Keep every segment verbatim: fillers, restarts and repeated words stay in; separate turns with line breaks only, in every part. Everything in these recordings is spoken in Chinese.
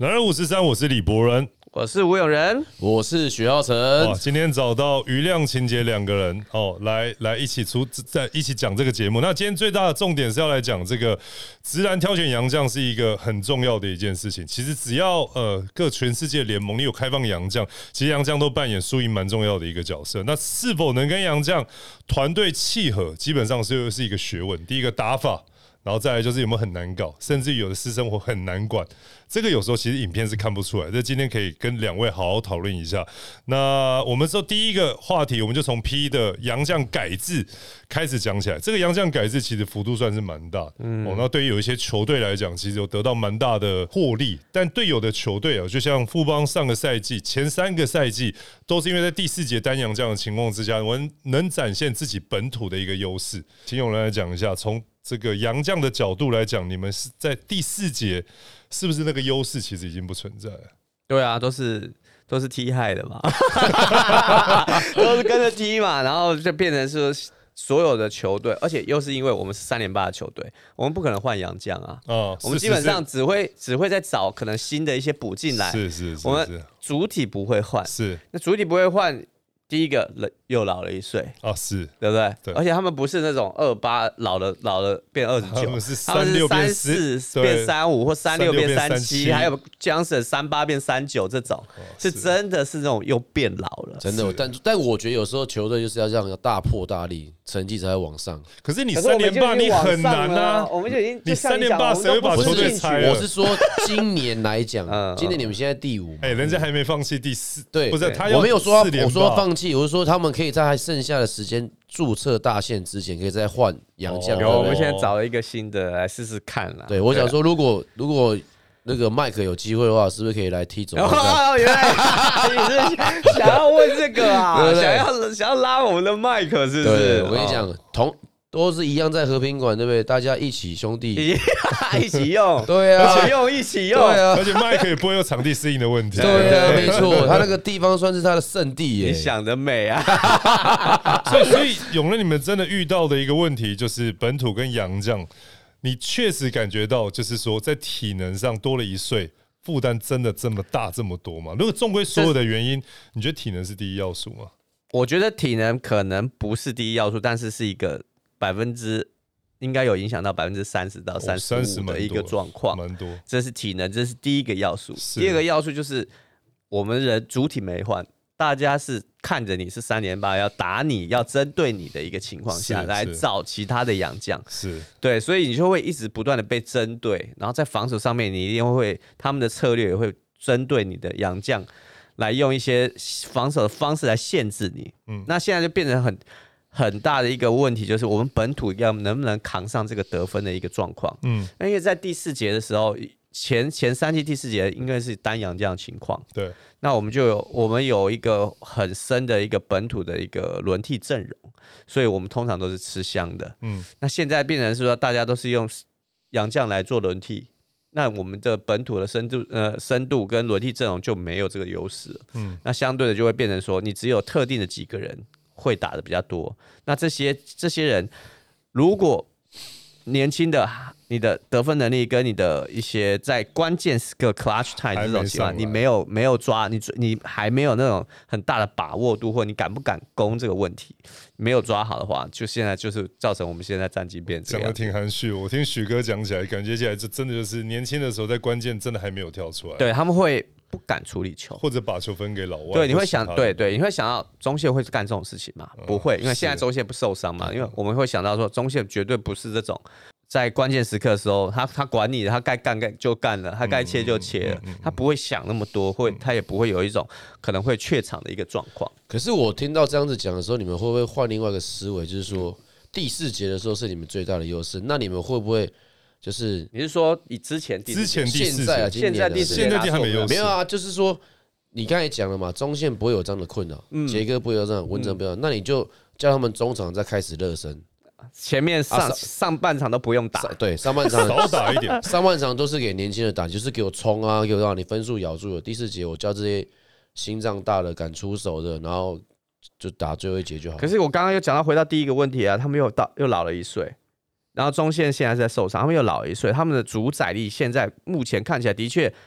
男人五十三，我是李博仁，
我是吴永仁，
我是许浩成。
今天找到余亮、秦杰两个人哦，来来一起出在一起讲这个节目。那今天最大的重点是要来讲这个直男挑选洋将是一个很重要的一件事情。其实只要呃各全世界联盟你有开放洋将，其实洋将都扮演输赢蛮重要的一个角色。那是否能跟洋将团队契合，基本上是是一个学问。第一个打法。然后再来就是有没有很难搞，甚至有的私生活很难管，这个有时候其实影片是看不出来。这今天可以跟两位好好讨论一下。那我们说第一个话题，我们就从 P 的洋将改制开始讲起来。这个洋将改制其实幅度算是蛮大的，嗯，哦，那对于有一些球队来讲，其实有得到蛮大的获利。但对有的球队啊，就像富邦上个赛季前三个赛季，都是因为在第四节单洋将的情况之下，我们能展现自己本土的一个优势。请永仁来讲一下，从这个洋将的角度来讲，你们是在第四节是不是那个优势其实已经不存在了？
对啊，都是都是踢害的嘛，都是跟着踢嘛，然后就变成是所有的球队，而且又是因为我们是三连霸的球队，我们不可能换洋将啊，哦、我们基本上只会只会在找可能新的一些补进来，
是是是，
我们主体不会换，
是
那主体不会换。第一个又老了一岁
啊，是
对不对？
对，
而且他们不是那种二八老了老了变二十九，
他们是三六变
四变三五或三六变三七，还有江省三八变三九这种，哦、是真的是那种又变老了。
真的，但但我觉得有时候球队就是要这样，要大破大立，成绩才会往上。
可是你三连霸你很难啊，
我们就已经
你三连霸谁会把球队拆了？
我是说今年来讲，今年你们现在第五，
哎，人家还没放弃第四，
对，
不是他
我没有说我说放弃，我是说他们可以在剩下的时间注册大限之前，可以再换洋将。
有，我们现在找了一个新的来试试看啦。
对，我想说，如果如果那个麦克有机会的话，是不是可以来踢走？
哦，原来你是想要问这个啊？对对想要想要拉我们的麦克，是不是？
对，我跟你讲，同。都是一样在和平馆，对不对？大家一起兄弟，
一起用，
对啊，
一起用，一起用，
对啊。
而且麦克也不会有场地适应的问题，
对啊，没错，他那个地方算是他的圣地耶。
你想得美啊！
所以，所以永仁，你们真的遇到的一个问题就是本土跟洋将，你确实感觉到，就是说在体能上多了一岁，负担真的这么大这么多吗？如果纵归所有的原因，你觉得体能是第一要素吗？
我觉得体能可能不是第一要素，但是是一个。百分之应该有影响到百分之三十到三十五的一个状况，
蛮多。
这是体能，这是第一个要素。第二个要素就是我们人主体没换，大家是看着你是三连霸要打你，要针对你的一个情况下来找其他的洋将，
是
对，所以你就会一直不断的被针对，然后在防守上面你一定会他们的策略也会针对你的洋将，来用一些防守的方式来限制你。嗯，那现在就变成很。很大的一个问题就是我们本土要能不能扛上这个得分的一个状况，嗯，因为在第四节的时候，前前三期第四节应该是单洋这样的情况，
对，
那我们就有我们有一个很深的一个本土的一个轮替阵容，所以我们通常都是吃香的，嗯，那现在变成是说大家都是用洋将来做轮替，那我们的本土的深度呃深度跟轮替阵容就没有这个优势了，嗯，那相对的就会变成说你只有特定的几个人。会打的比较多，那这些这些人，如果年轻的你的得分能力跟你的一些在关键时刻 clutch time 这种情况，你没有没有抓你你还没有那种很大的把握度，或你敢不敢攻这个问题，没有抓好的话，就现在就是造成我们现在战绩变这样。
讲的挺含蓄，我听许哥讲起来，感觉起来这真的就是年轻的时候在关键真的还没有跳出来，
对他们会。不敢处理球，
或者把球分给老外。
对，你会想，对对，你会想到中线会干这种事情吗？嗯、不会，因为现在中线不受伤嘛。因为我们会想到说，中线绝对不是这种在关键时刻的时候，他他管你的，他该干干就干了，他该切就切了，嗯嗯嗯、他不会想那么多，会他也不会有一种可能会怯场的一个状况。
可是我听到这样子讲的时候，你们会不会换另外一个思维，就是说第四节的时候是你们最大的优势，那你们会不会？就是
你是说以之前第
之前第四
现在啊，
现在第四
现在还没有
没有啊？就是说你刚才讲了嘛，中线不会有这样的困扰，杰、嗯、哥不会有这样，文成不要、嗯，那你就叫他们中场再开始热身，
前面上、啊、上半场都不用打，
对，上半场
少打一点，
上半场都是给年轻人打，就是给我冲啊，给我让你分数咬住了。第四节我叫这些心脏大的、敢出手的，然后就打最后一节就好。
可是我刚刚又讲到回到第一个问题啊，他们又到又老了一岁。然后中线现在是在受伤，他们又老了一岁，他们的主宰力现在目前看起来的确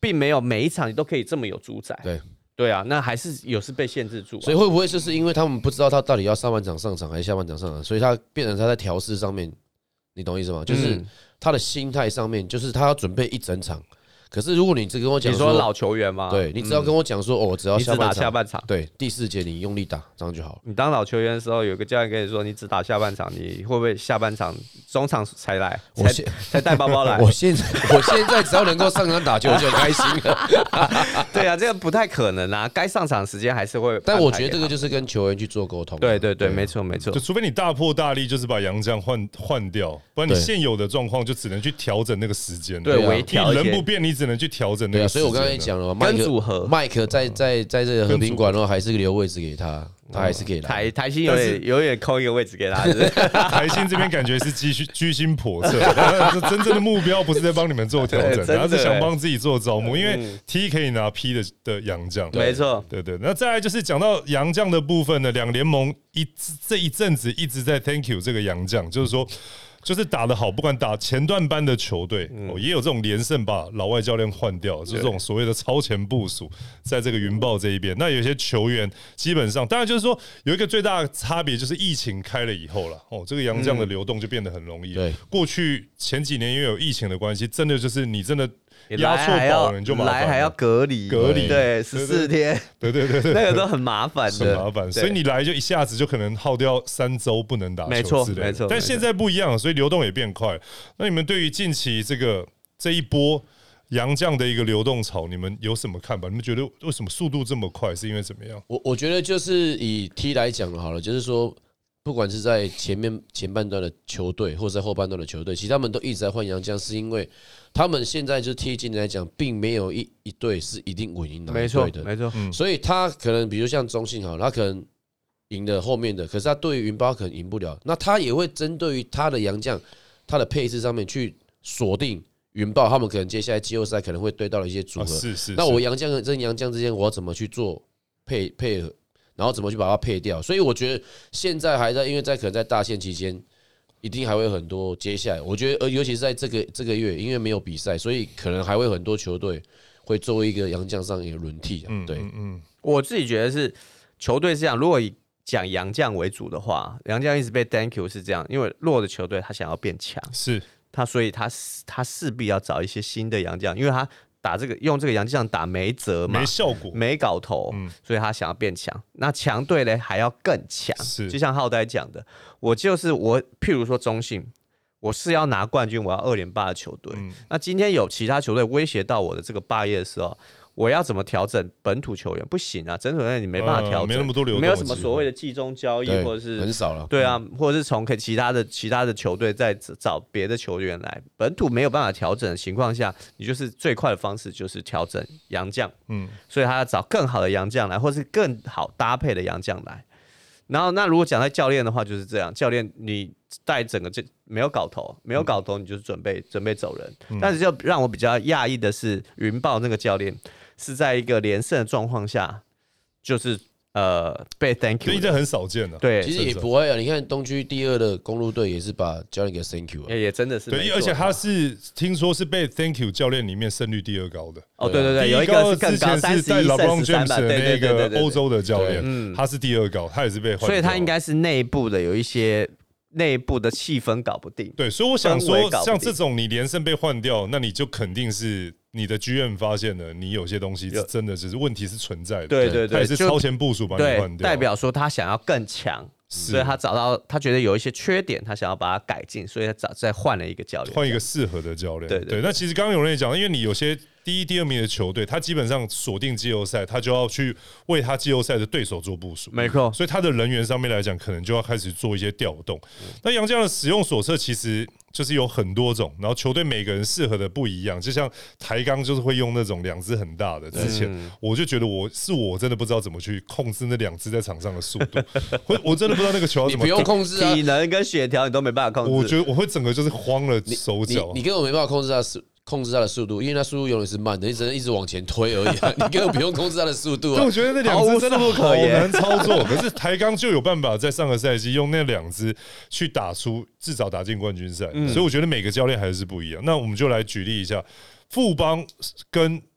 并没有每一场你都可以这么有主宰。
对。
对啊，那还是有是被限制住、啊，
所以会不会就是因为他们不知道他到底要上半场上场还是下半场上场，所以他变成他在调试上面，你懂意思吗？就是他的心态上面，就是他要准备一整场。可是如果你只跟我讲说，
你说老球员吗？
对，你只要跟我讲说，哦，只要下半场，
你只打下半场，
对，第四节你用力打，这样就好了。
你当老球员的时候，有个教练跟你说，你只打下半场，你会不会下半场中场才来？
我现
才带包包来？
我现在我现在只要能够上场打球就很开心了。
对啊，这个不太可能啊，该上场时间还是会。
但我觉得这个就是跟球员去做沟通。
对对对，没错没错。
就除非你大破大立，就是把洋将换换掉，不然你现有的状况就只能去调整那个时间。
对，微调。
人不变，你只能去调整那个。
所以我刚才讲了，
跟组合，
麦克在在在这个和平馆的话，还是留位置给他，他还是可以来。
台台新有点有点空一个位置给他，
台新这边感觉是居居心叵测，但真正的目标不是在帮你们做调整，而是想帮自己做招募，因为 T 可以拿 P 的的洋将，
没错，
对对。那再来就是讲到洋将的部分呢，两联盟一这一阵子一直在 Thank you 这个洋将，就是说。就是打得好，不管打前段班的球队、嗯哦，也有这种连胜把老外教练换掉，就是这种所谓的超前部署，在这个云豹这一边。那有些球员基本上，当然就是说有一个最大的差别，就是疫情开了以后了，哦，这个洋将的流动就变得很容易。
对，
过去前几年因为有疫情的关系，真的就是你真的。压错宝了你就麻烦了，
来还要隔离，
隔离
对十四天，
对对对对，
那个都很麻烦的，
很麻烦。所以你来就一下子就可能耗掉三周不能打球之类的，
没错。
但现在不一样，所以流动也变快。那你们对于近期这个这一波洋将的一个流动潮，你们有什么看法？你们觉得为什么速度这么快？是因为怎么样？
我我觉得就是以 T 来讲好了，就是说。不管是在前面前半段的球队，或者在后半段的球队，其实他们都一直在换洋将，是因为他们现在就贴近来讲，并没有一一队是一定稳赢哪一队的，
没错，
嗯，所以他可能比如像中信好，他可能赢了后面的，可是他对于云豹可能赢不了，那他也会针对于他的洋将，他的配置上面去锁定云豹，他们可能接下来季后赛可能会对到了一些组合，
啊、是 是, 是。
那我洋将跟洋将之间，我要怎么去做配配合？然后怎么去把它配掉？所以我觉得现在还在，因为在可能在大限期间，一定还会有很多接下来。我觉得，呃，尤其是在这个这个月，因为没有比赛，所以可能还会有很多球队会作为一个洋将上一个轮替。嗯，对，嗯嗯，
我自己觉得是球队是这样。如果以讲洋将为主的话，洋将一直被 Thank you 是这样，因为弱的球队他想要变强，
是
他，所以他他势必要找一些新的洋将，因为他。打这个用这个洋将打没辙嘛，
没效果，
没搞头，嗯、所以他想要变强。那强队呢还要更强，就像浩呆讲的，我就是我，譬如说中信，我是要拿冠军，我要二连霸的球队。嗯、那今天有其他球队威胁到我的这个霸业的时候，我要怎么调整本土球员？不行啊，本土球员你没办法调整、呃，
没那么多流动，
没有什么所谓的季中交易，或者是
很少了。
对啊，或者是从其他的其他的球队再找别的球员来，本土没有办法调整的情况下，你就是最快的方式就是调整洋将，嗯，所以他要找更好的洋将来，或是更好搭配的洋将来。然后，那如果讲到教练的话，就是这样，教练你带整个这没有搞头，没有搞头，你就是准备准备走人。嗯、但是就让我比较讶异的是，云豹那个教练。是在一个连胜的状况下，就是呃被 Thank you，
这很少见的、啊。
对，
其实也不会啊。你看东区第二的公路队也是把教练给 Thank you 啊，
也也真的是
对，而且他是听说是被 Thank you 教练里面胜率第二高的。
哦，对对对，有一个是更高，
之前是在 LeBron James 的那个欧洲的教练，
嗯，
他是第二高，他也是被换掉，
所以他应该是内部的有一些。内部的气氛搞不定，
对，所以我想说，像这种你连胜被换掉，那你就肯定是你的 G M 发现了，你有些东西真的只是问题是存在的，
对对对，
他也是超前部署把你换掉，
代表说他想要更强，所以他找到他觉得有一些缺点，他想要把它改进，所以他找再换了一个教练，
换一个适合的教练，
对 对, 对,
对。那其实刚刚有人也讲，因为你有些。第一、第二名的球队，他基本上锁定季后赛，他就要去为他季后赛的对手做部署，
没错。
所以他的人员上面来讲，可能就要开始做一些调动。那洋将的使用手册其实就是有很多种，然后球队每个人适合的不一样。就像台钢就是会用那种两只很大的，之前我就觉得我是我真的不知道怎么去控制那两只在场上的速度，我我真的不知道那个球要怎么
你不用控制啊，
体能跟协调你都没办法控制。
我觉得我会整个就是慌了手脚，
你, 你, 你根本没办法控制他是。控制他的速度，因为他速度永远是慢的，你只能一直往前推而已、啊。你根本不用控制他的速度、啊。
我觉得那两只真的好难操作，可是台钢就有办法在上个赛季用那两只去打出至少打进冠军赛、嗯，所以我觉得每个教练还是不一样。那我们就来举例一下，富邦跟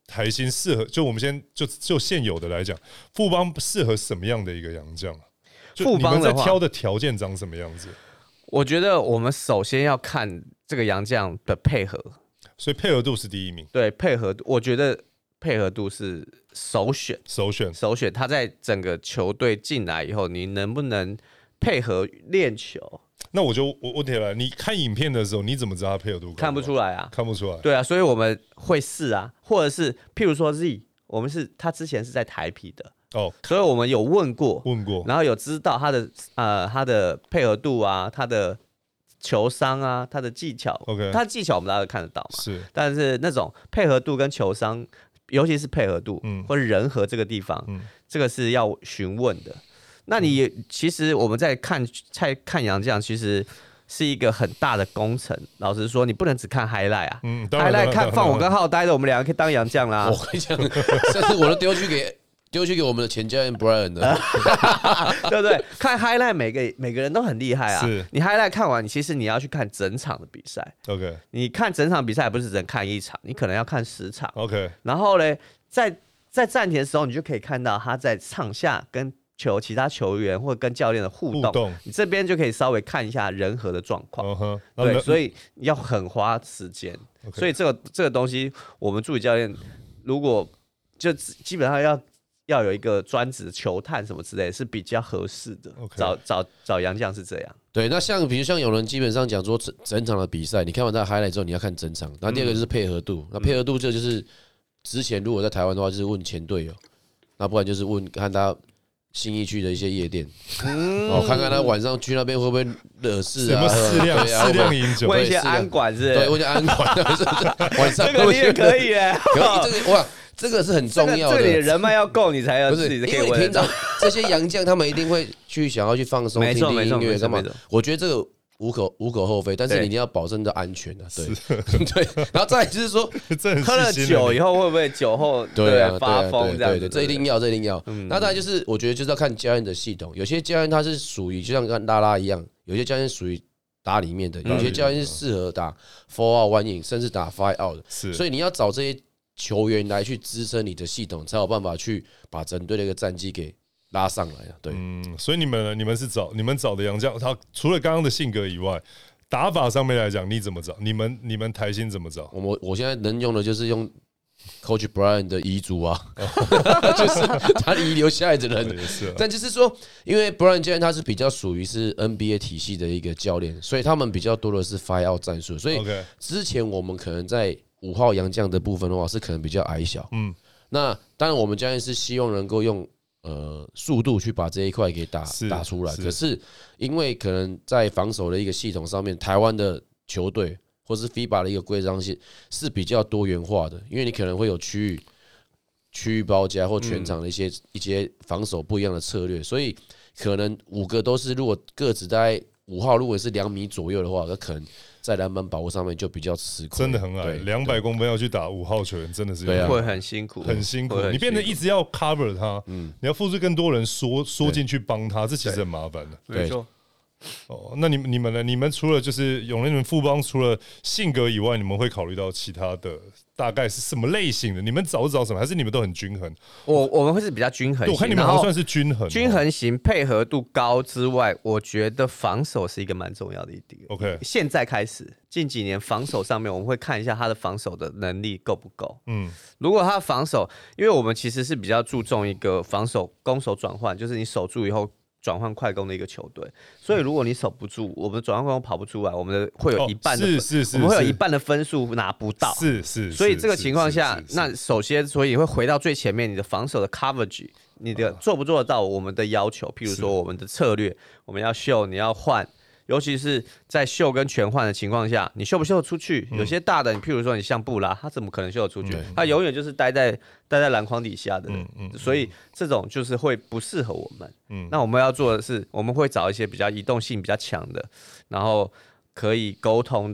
台新适合，就我们先就就现有的来讲，富邦适合什么样的一个洋将？
富邦
在挑的条件长什么样子？
我觉得我们首先要看这个洋将的配合，
所以配合度是第一名。
对，配合度，我觉得配合度是首选，
首选，
首选。他在整个球队进来以后，你能不能配合练球？
那我就我我提了，你看影片的时候，你怎么知道他配合度高？
看不出来啊，
看不出来。
对啊，所以我们会试啊，或者是譬如说 Z， 我们是他之前是在台啤的。哦，所以我们有问过，
问过，
然后有知道他的呃他的配合度啊，他的球商啊，他的技巧
，OK，
他的技巧我们大家都看得到嘛。
是，
但是那种配合度跟球商，尤其是配合度，嗯，或者人和这个地方，嗯，这个是要询问的。那你、嗯、其实我们在看在看洋将，其实是一个很大的工程。老实说，你不能只看 highlight 啊，嗯 ，highlight 看放我跟浩呆的，我们两个可以当洋将啦。
我跟你讲，甚至我都丢去给。丢去给我们的前教练 Brian 的，
对不对？看 highlight 每个每个人都很厉害啊。你 highlight 看完，你其实你要去看整场的比赛。
OK，
你看整场比赛不是只能看一场，你可能要看十场。
OK，
然后呢，在在暂停的时候，你就可以看到他在场下跟球其他球员或者跟教练的互动。互动你这边就可以稍微看一下人和的状况。Uh-huh, 对，所以要很花时间。Okay. 所以这个这个东西，我们助理教练如果就基本上要。要有一个专职球探什么之类的是比较合适的， okay. 找找找洋将是这样。
对，那像比如像有人基本上讲说整整场的比赛，你看完他的 highlight 之后，你要看整场。然后第二个就是配合度，嗯、那配合度这就是之前如果在台湾的话，就是问前队友，那不然就是问看他信义区的一些夜店，嗯、哦，看看他晚上去那边会不会惹事啊？
什么适量适量饮酒，
问一些安管是，
对，问一些安管，晚上
这个你也可以耶，
可以这个哇。这个是很重要的，
这个、这里人脉要够，你才有自己可以问。
平常这些洋将他们一定会去想要去放松、听听音乐干嘛？我觉得这个无可无可厚非，但是你一定要保证的安全啊。对对，然后再来就是说，
喝了酒以后会不会酒后对啊发疯这样？
对对，这一定要，这一定要。那再来就是，我觉得就是要看教练的系统，有些教练他是属于就像跟拉拉一样，有些教练属于打里面的，有些教练是适合打 four out one in， 甚至打 five out 的。所以你要找这些。球员来去支撑你的系统，才有办法去把整队的一个战绩给拉上来啊。对，
嗯，所以你们你们是找你们找的洋将，他除了刚刚的性格以外，打法上面来讲，你怎么找？你们你们台新怎么找？
我我现在能用的就是用 Coach Brian 的遗嘱啊，就是他遗留下来的人。
啊、
但就是说，因为 Brian 教练他是比较属于是 N B A 体系的一个教练，所以他们比较多的是 five out 战术。所以之前我们可能在五号洋将的部分的话，是可能比较矮小。嗯，那当然我们教练是希望能够用呃速度去把这一块给打打出来。可是因为可能在防守的一个系统上面，台湾的球队或是 F I B A 的一个规章是是比较多元化的，因为你可能会有区域区域包夹或全场的一些、嗯、一些防守不一样的策略，所以可能五个都是如果个子大概五号如果是两米左右的话，那可能。在篮板保护上面就比较吃亏，
真的很矮，两百公分要去打五号球员，真的是
会很辛苦，
很辛苦。你变得一直要 cover 他，嗯，你要付出更多人缩缩进去帮他，这其实很麻烦的。
没错。
哦，那你们你们呢？你们除了就是永联你们富邦除了性格以外，你们会考虑到其他的大概是什么类型的？你们找找什么？还是你们都很均衡？
我我们会是比较均衡型，
我看你们好像算是均衡，
均衡型配合度高之外，我觉得防守是一个蛮重要的一点。
OK，
现在开始近几年防守上面，我们会看一下他的防守的能力够不够。嗯，如果他的防守，因为我们其实是比较注重一个防守攻守转换，就是你守住以后。转换快攻的一个球队，所以如果你守不住，我们转换快攻跑不出来，我们的会有一半的、哦、
是是是，
我们会有一半的分数拿不到，
是是，
所以这个情况下，那首先，所以会回到最前面，你的防守的 coverage， 你的做不做得到我们的要求？譬如说我们的策略，我们要秀，你要换。尤其是在秀跟全换的情况下，你秀不秀得出去？有些大的，你譬如说你像布拉，他怎么可能秀得出去？他永远就是待在待在篮筐底下的人，嗯嗯嗯、所以这种就是会不适合我们。嗯、那我们要做的是，我们会找一些比较移动性比较强的，然后可以沟通的，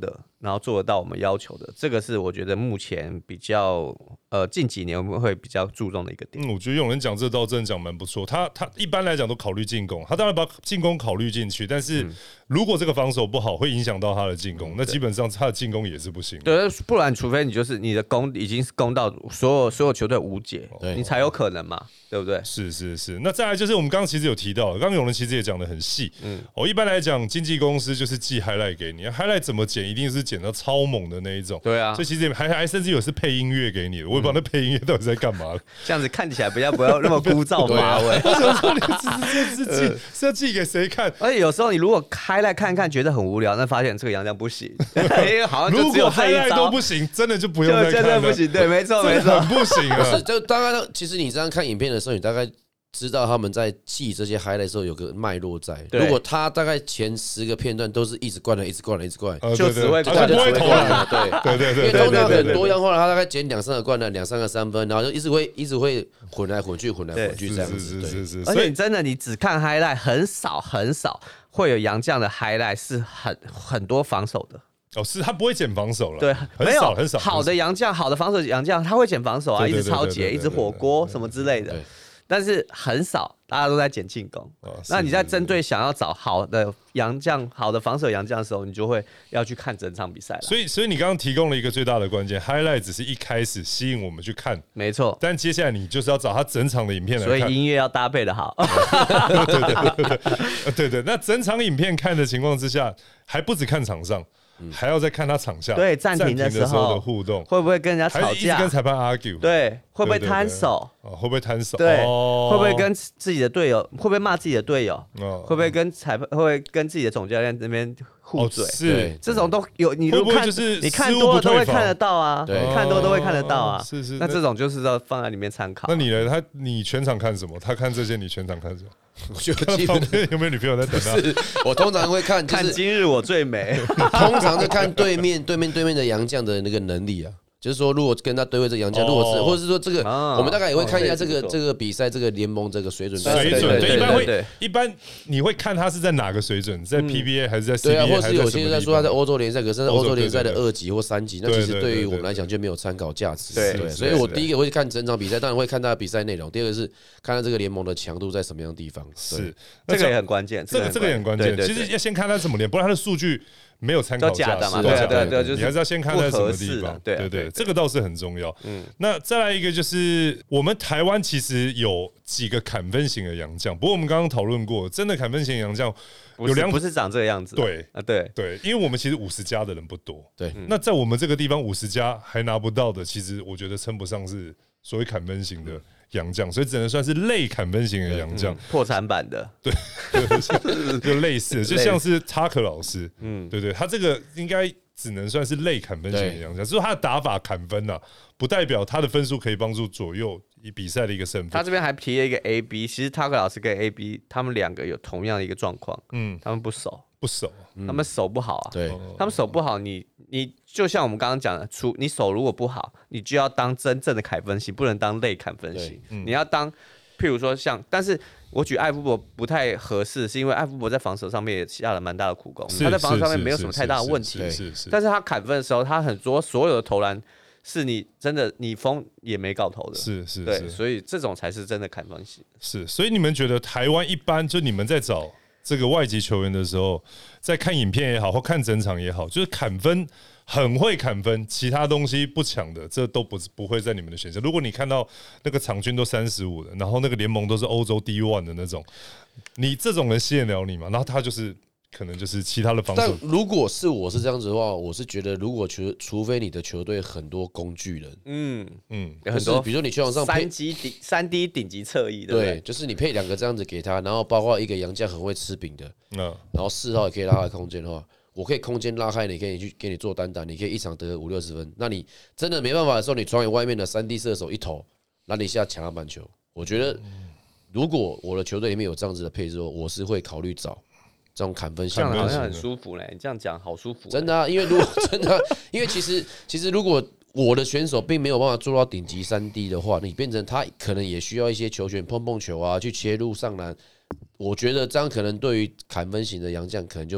然后做得到我们要求的，这个是我觉得目前比较呃近几年我们会比较注重的一个点。
嗯，我觉得永仁讲这道真的讲蛮不错。他他一般来讲都考虑进攻，他当然把进攻考虑进去，但是如果这个防守不好，会影响到他的进攻，嗯、那基本上他的进攻也是不行的。
对，不然除非你就是你的攻已经是攻到所有所有球队无解，你才有可能嘛，对不对？
是是是。那再来就是我们刚刚其实有提到，刚刚永仁其实也讲得很细。嗯，哦，一般来讲，经纪公司就是寄 highlight 给你 ，highlight 怎么剪，一定是剪到超猛的那一种。
对啊，
所以其实还还甚至有是配音乐给你的，我也不知道那配音乐到底在干嘛。
这样子看起来比较不要那么枯燥乏味。
我想说，你这是寄是要寄给谁看？
而且有时候你如果开来看看，觉得很无聊，那发现这个洋将不行，因为好像就只有这一招
都不行，真的就不用再看了。
真的不行，对，没错没错，
很不行啊。
是，就大概其实你这样看影片的时候，你大概知道他们在记这些 highlight 的时候有个脉络在。如果他大概前十个片段都是一直灌篮、一直灌篮、一直灌篮，
就只会
他就不会投篮。
对对对，
因为通常很多样化，他大概捡两三个灌篮、两三个三分，然后就一直会一直会混来混去、混来混去这样子。
是是是。
而且你真的你只看 highlight 很少很少会有洋将的 highlight 是很很多防守的。
哦，是他不会捡防守了，
对，
很少很少。
好的洋将，好的防守洋将，他会捡防守啊，一直抄截，一直火锅什么之类的。但是很少，大家都在捡进攻。哦、那你在针对想要找好的洋将、好的防守洋将的时候，你就会要去看整场比赛了。
所以，所以你刚刚提供了一个最大的关键 ，highlight 只是一开始吸引我们去看，
没错。
但接下来你就是要找他整场的影片来看，
所以音乐要搭配的好。
对对对对对对。那整场影片看的情况之下，还不止看场上。还要再看他场下
对暂停的时候
的互动，
会不会跟人家吵架？
还一直跟裁判 argue？
对，会不会摊手？
会不会摊手？
对，会不会跟自己的队友？会不会骂自己的队友？会不会跟裁判？会不会跟自己的总教练那边互嘴？
是，
这种都有。你如果看，你看多了都会看得到啊，看多都会看得到啊。
是是。
那这种就是要放在里面参考。
那你呢？他你全场看什么？他看这些，你全场看什么？
我觉得基本
有没有女朋友在等他？
是我通常会看，
看今日我最美。
通常就看对面对面对面的洋将的那个能力啊。就是说，如果跟他对位这个洋将，如果是，或者是说这个，我们大概也会看一下这个这个比赛这个联盟这个水准。
水准对，一般会一般你会看他是在哪个水准，在 P B A 还是在 C B A？
对啊，或是有些人在说他在欧洲联赛，可是欧洲联赛的二级或三级，那其实对于我们来讲就没有参考价值。对，所以我第一个会看整场比赛，当然会看他的比赛内容；第二个是看他这个联盟的强度在什么样的地方。
是，
这个也很关键，
这个这个也很关键。其实要先看他怎么练，不然他的数据。没有参考价值，
对对对，就是
你还是要先看在什么地方，对对对，这个倒是很重要。嗯，那再来一个就是我们台湾其实有几个砍分型的洋将，不过我们刚刚讨论过，真的砍分型洋将
有两不是长这个样子，
对
啊对
对，因为我们其实五十加的人不多，
对，
那在我们这个地方五十加还拿不到的，其实我觉得称不上是所谓砍分型的。洋将，所以只能算是类砍分型的洋将，
破产版的，
对，就类似，就像是 Tucker 老师，嗯，对对，他这个应该只能算是类砍分型的洋将，就是他的打法砍分啊，不代表他的分数可以帮助左右以比赛的一个胜负。
他这边还提了一个 A B， 其实 Tucker 老师跟 A B 他们两个有同样的一个状况，嗯，他们不守，
不守，
他们手不好啊，
对，
他们手不好，你你就像我们刚刚讲的，除你手如果不好，你就要当真正的砍分型，不能当类砍分型，你要当，譬如说像，但是我举艾夫伯不太合适，是因为艾夫伯在防守上面也下了蛮大的苦功，他在防守上面没有什么太大的问题，但是他砍分的时候，他很多所有的投篮是你真的你封也没搞头的，
是是，
对，所以这种才是真的砍分型。
是，所以你们觉得台湾一般就你们在找这个外籍球员的时候，在看影片也好，或看整场也好，就是砍分很会砍分，其他东西不强的，这都不不会在你们的选项。如果你看到那个场均都三十五的，然后那个联盟都是欧洲 D 一 的那种，你这种人吸引了你吗？然后他就是可能就是其他的方式。
但如果是我是这样子的话，我是觉得如果除除非你的球队很多工具人，嗯嗯，很多，比如说你球场上
三 D 顶三 D 顶级侧翼，对不对？
就是你配两个这样子给他，然后包括一个洋将很会吃饼的，嗯，然后四号也可以拉开空间的话。我可以空间拉开，你可以去给你做单打，你可以一场得五六十分。那你真的没办法的时候，你传给外面的三 D 射手一投，那你下抢篮板球。我觉得，如果我的球队里面有这样子的配置，我是会考虑找这种砍分型。
这样好像很舒服嘞，你这样讲好舒服。
真的啊，因为如果真的、啊，因为其实其实如果我的选手并没有办法做到顶级三 D 的话，你变成他可能也需要一些球权碰碰球啊，去切入上篮。我觉得这样可能对于砍分型的洋将可能就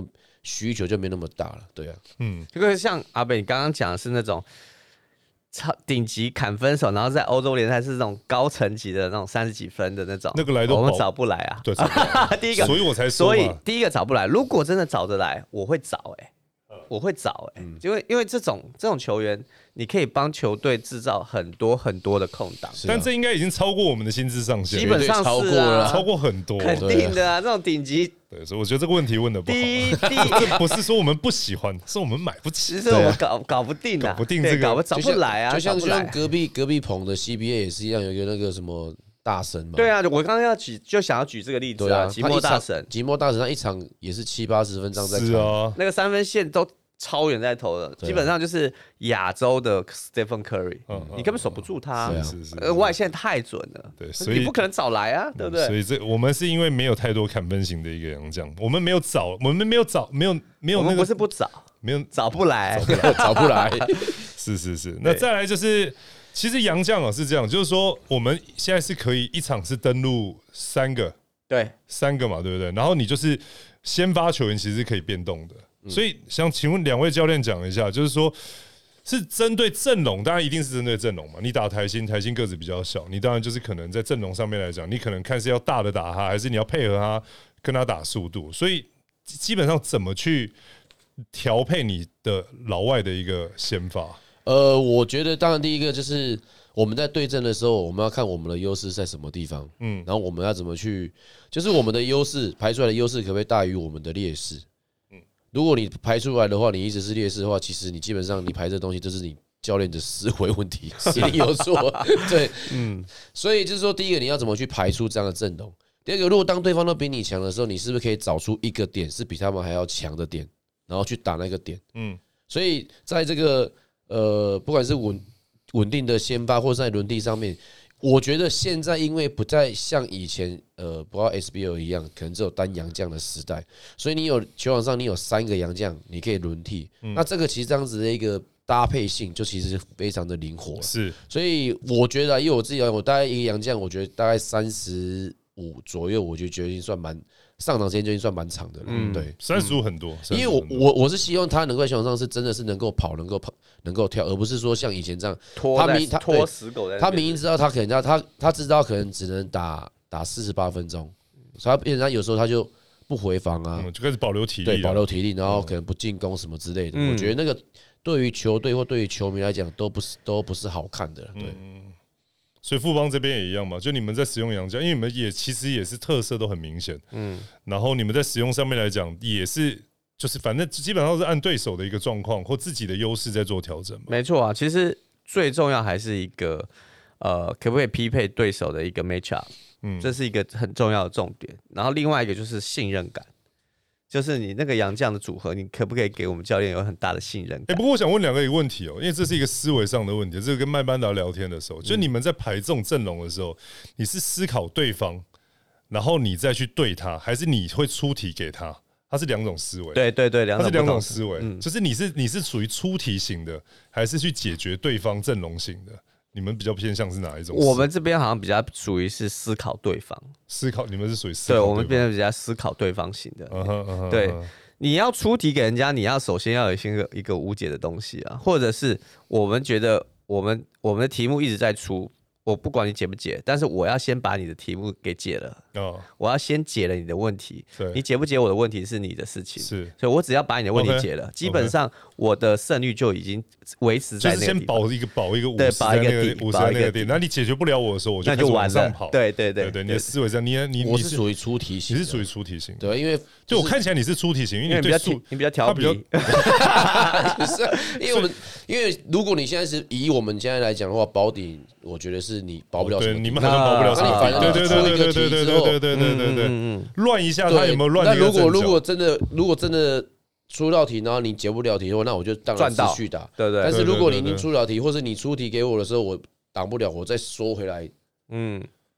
需求就没那么大了。对啊，
嗯，这个像阿北你刚刚讲的是那种超顶级砍分手，然后在欧洲联赛是那种高层级的那种三十几分的那种，
那个来都
我们找不来啊。
对，
第一个，
所以我才说
所以第一个找不来。如果真的找得来，我会找哎、欸，我会找哎、欸，因为因为这种这种球员，你可以帮球队制造很多很多的空档，
但这应该已经超过我们的薪资上限，
基本上
超过
是啊，
了，
超过很多，
肯定的啊，这种顶级。
对，所以我觉得这个问题问的不好。
第一，第一，
这不是说我们不喜欢，是我们买不起，
其实我们搞搞不定啊，
搞不定这个，
搞不找不来啊，
就像就像隔壁隔壁棚的 C B A 也是一样，有一个那个什么大神嘛。
对啊，我刚刚要举就想要举这个例子啊，寂寞大神，
寂寞大神他一场也是七八十分这样在
是啊，
那个三分线都超远在投的，基本上就是亚洲的 Stephen Curry，你根本守不住他，呃，外线太准了，
对，所以
你不可能找来啊，对不对？
所以这我们是因为没有太多砍分型的一个洋将，我们没有找，我们没有找，没有没有那个，
我们不是不找，
没有
找不来，
找不来，
是是是。那再来就是，其实洋将啊是这样，就是说我们现在是可以一场是登录三个，
对，
三个嘛，对不对？然后你就是先发球员其实是可以变动的。所以想请问两位教练讲一下，就是说是针对阵容，当然一定是针对阵容嘛。你打台新，台新个子比较小，你当然就是可能在阵容上面来讲，你可能看是要大的打他，还是你要配合他跟他打速度。所以基本上怎么去调配你的老外的一个先发？
呃，我觉得当然第一个就是我们在对阵的时候，我们要看我们的优势在什么地方，嗯，然后我们要怎么去，就是我们的优势排出来的优势可不可以大于我们的劣势？如果你排出来的话，你一直是劣势的话，其实你基本上你排这东西，就是你教练的思维问题，一定有错。对，嗯，所以就是说，第一个你要怎么去排出这样的阵容？第二个，如果当对方都比你强的时候，你是不是可以找出一个点是比他们还要强的点，然后去打那个点？嗯，所以在这个呃，不管是稳稳定的先发，或者在轮替上面。我觉得现在因为不再像以前，呃，不知道 S B L 一样，可能只有单洋将的时代，所以你有球场上你有三个洋将，你可以轮替。那这个其实这样子的一个搭配性，就其实非常的灵活。
是，所
以我觉得，因为我自己，我大概一个洋将，我觉得大概三十五左右，我就觉得已经算蛮上场时间就已经算蛮长的了。嗯，对，
三十五很多，
因为我我我是希望他能够在球场上是真的是能够跑，能够跑。能够跳，而不是说像以前这样，
他
明他
拖死狗在，
他明明知道他可能要他他知道可能只能打打四十八分钟，所以他变成他有时候他就不回防啊，
嗯、就开始保留体力，
对，保留体力，然后可能不进攻什么之类的。嗯、我觉得那个对于球队或对于球迷来讲都不是都不是好看的，对。
嗯、所以富邦这边也一样嘛，就你们在使用洋将，因为你们也其实也是特色都很明显，嗯，然后你们在使用上面来讲也是。就是反正基本上是按对手的一个状况或自己的优势在做调整嘛。
没错啊，其实最重要还是一个呃，可不可以匹配对手的一个 match up， 嗯，这是一个很重要的重点。然后另外一个就是信任感，就是你那个洋将的组合，你可不可以给我们教练有很大的信任感？
哎、欸，不过我想问两个一个问题哦、喔，因为这是一个思维上的问题。这个跟麦班达聊天的时候，就你们在排这种阵容的时候，你是思考对方，然后你再去对他，还是你会出题给他？它是两种思维，
对对对，
它是两种思维，嗯、就是你是你是属于出题型的，还是去解决对方阵容型的？你们比较偏向是哪一种？
我们这边好像比较属于是思考对方，
思考你们是属于思考对
方，对，我们变得比较思考对方型的。
Uh huh, uh huh,
对，你要出题给人家，你要首先要有一个一个无解的东西啊，或者是我们觉得我们我们的题目一直在出。我不管你解不解，但是我要先把你的题目给解了。哦，我要先解了你的问题。你解不解我的问题是你的事情。
是，
所以我只要把你的问题解了， okay, 基本上我的胜率就已经维持在那个地方。
就是先保一个保一个五
十
在那个五十在那个点，那你解决不了我的时候，我就开始往上跑。
对对对
对，你的思维上，你你
我是属于出题型，
你是属于出题型。
对，因为
就我看起来你是出题型，因为
你比较你比较调皮。
就是因为我们因为如果你现在是以我们现在来讲的话，保底我觉得是你保不了什么。
你们好像保不了什么，对对对对对对对对对对对对，乱一下他有没有乱？
那如果如果真的如果真的出道题，然后你解不了题的话，那我就当然继续打，
对对。
但是如果你已经出了题，或者你出题给我的时候，我挡不了，我再缩回来，嗯，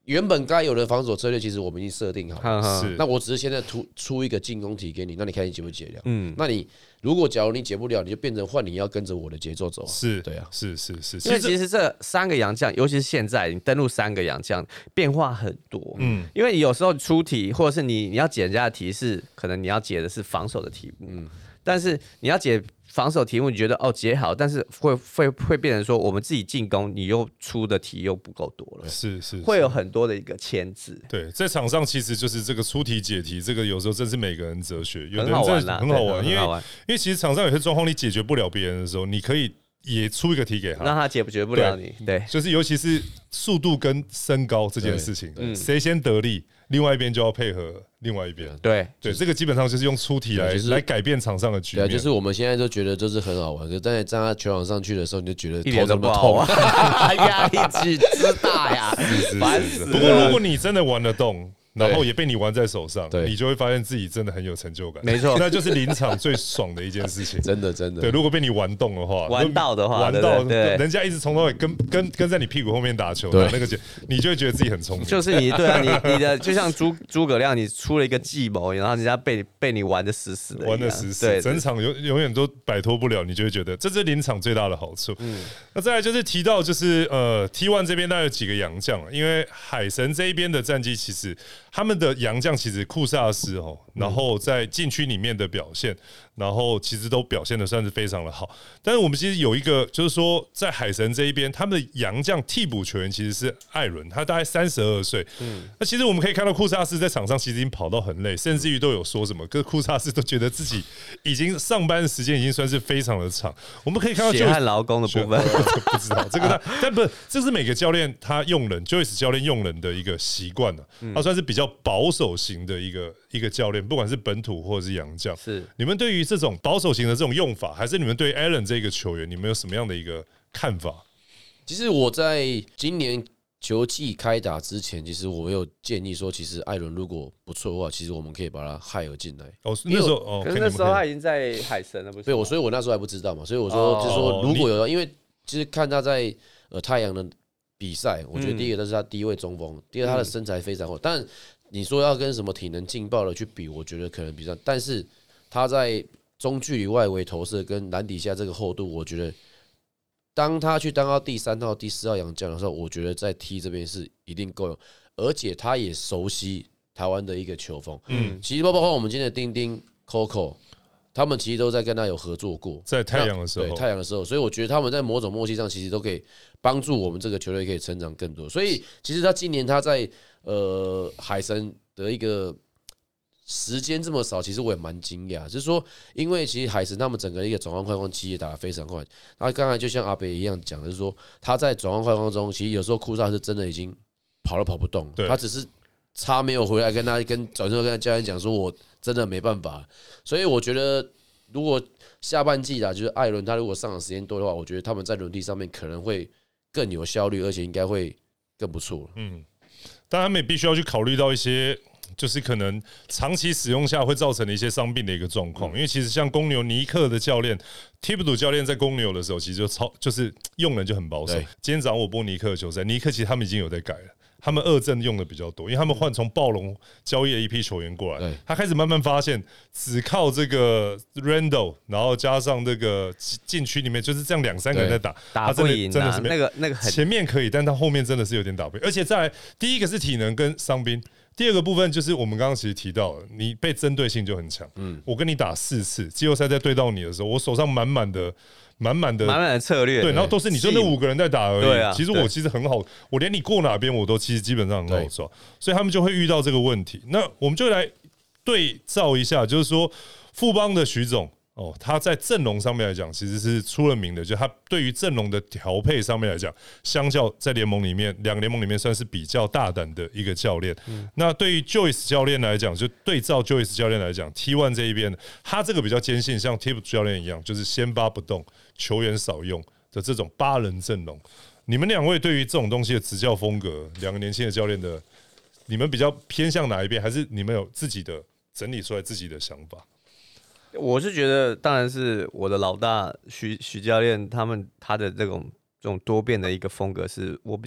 原本该有的防守策略，其实我们已经设定好了。
是，
那我只是现在出出一个进攻题给你，那你看你解不解了？
嗯，
那你如果假如你解不了，你就变成换你要跟着我的节奏走啊。
是，
对啊，
是是是。
因为其实这三个洋将，尤其是现在你登录三个洋将，变化很多。嗯，因为你有时候出题，或者是你你要解人家的题是，可能你要解的是防守的题目，嗯，但是你要解防守题目，你觉得哦解好，但是会会会变成说我们自己进攻，你又出的题又不够多了，
是是，
会有很多的一个牵制。
对，在场上其实就是这个出题解题，这个有时候真是每个人哲学，有的
很好玩
人真的很好玩，因为
因
为其实场上有些状况你解决不了别人的时候，你可以也出一个题给他，
让他解决不了你。对，
就是尤其是速度跟身高这件事情，谁先得利，另外一边就要配合另外一边。
对
对，这个基本上就是用出题来来改变场上的局面。
对，就是我们现在都觉得就是很好玩，可是在站在球场上去的时候，你就觉得
一点都不好玩，压力之之大呀，烦死了。
不过如果你真的玩得动，然后也被你玩在手上，你就会发现自己真的很有成就感。
没错，
那就是临场最爽的一件事情。
真的真的。
对，如果被你玩动的话，
玩到的话，
玩到，
对，
人家一直从头跟跟跟在你屁股后面打球，那个你就会觉得自己很聪明。
就是你对啊，你你的就像诸诸葛亮，你出了一个计谋，然后人家被被你玩的死死的，
玩的死死，对，整场永永远都摆脱不了，你就会觉得这是临场最大的好处。嗯，那再来就是提到就是呃 T 一 这边大概有几个洋将，因为海神这一边的战绩其实他们的洋将。其实库萨斯哦，然后在禁区里面的表现，然后其实都表现的算是非常的好。但是我们其实有一个，就是说在海神这一边，他们的洋将替补球员其实是艾伦，他大概三十二岁。嗯，那其实我们可以看到库萨斯在场上其实已经跑到很累，甚至于都有说什么，跟库萨斯都觉得自己已经上班的时间已经算是非常的长。我们可以看到
血汗劳工的部分，
不知道这个，但不是，这是每个教练他用人 ，Joyce 教练用人的一个习惯了。他算是比较保守型的一个一个教练，不管是本土或者是洋将，
是
你们对于这种保守型的这种用法，还是你们对 Allen 这个球员，你们有什么样的一个看法？
其实我在今年球季开打之前，其实我有建议说，其实艾伦如果不错的话，其实我们可以把他害尔进来。
哦，那时候哦，
可是那时候他已经在海神了，不是？
对，我所以我那时候还不知道嘛，所以我说就是说，如果有，因为其实看他在呃太阳的比赛，我觉得第一个都是他第一位中锋，第二他的身材非常好，但你说要跟什么体能劲爆的去比，我觉得可能比较，但是他在中距离外围投射跟篮底下这个厚度，我觉得当他去当到第三号、第四号洋将的时候，我觉得在 T 这边是一定够用，而且他也熟悉台湾的一个球风。嗯，其实包括我们今天的丁丁、Coco， 他们其实都在跟他有合作过，
在太阳的时候，
对太阳的时候，所以我觉得他们在某种默契上，其实都可以帮助我们这个球队可以成长更多。所以其实他今年他在呃海神的一个时间这么少，其实我也蛮惊讶，就是说，因为其实海神他们整个一个转换快攻期也打得非常快。他刚才就像阿北一样讲的，就是说他在转换快攻中，其实有时候库萨是真的已经跑都跑不动，他只是差没有回来跟他跟转身跟他教练讲说，我真的没办法。所以我觉得，如果下半季啦，就是艾伦他如果上场时间多的话，我觉得他们在轮替上面可能会更有效率，而且应该会更不错。嗯，
但他们也必须要去考虑到一些。就是可能长期使用下会造成的一些伤病的一个状况，因为其实像公牛尼克的教练 Thibodeau 教练在公牛的时候，其实就超就是用人就很保守。今天早上我播尼克的球赛，尼克其实他们已经有在改了，他们二阵用的比较多，因为他们换从暴龙交易了一批球员过来，他开始慢慢发现，只靠这个 Randle， 然后加上这个禁区里面就是这样两三个人在打，
打不赢，真的是那个那个
前面可以，但他后面真的是有点打不赢，而且再来第一个是体能跟伤兵。第二个部分就是我们刚刚其实提到了，你被针对性就很强。嗯，我跟你打四次，季后赛在对到你的时候，我手上满满的、满满的、
满满的策略，
对，然后都是你就那五个人在打而已。
对啊，
其实我其实很好，我连你过哪边我都其实基本上很好抓，所以他们就会遇到这个问题。那我们就来对照一下，就是说富邦的徐总。哦，他在阵容上面来讲，其实是出了名的，就他对于阵容的调配上面来讲，相较在联盟里面，两个联盟里面算是比较大胆的一个教练。嗯、那对于 Joyce 教练来讲，就对照 Joyce 教练来讲 ，T 一 这一边，他这个比较坚信，像 Thibodeau 教练一样，就是先发不动，球员少用的这种八人阵容。你们两位对于这种东西的执教风格，两个年轻的教练的，你们比较偏向哪一边？还是你们有自己的整理出来自己的想法？
我是觉得，当然是我的老大徐徐教练，他们他的这种这种多变的一个风格，是我比较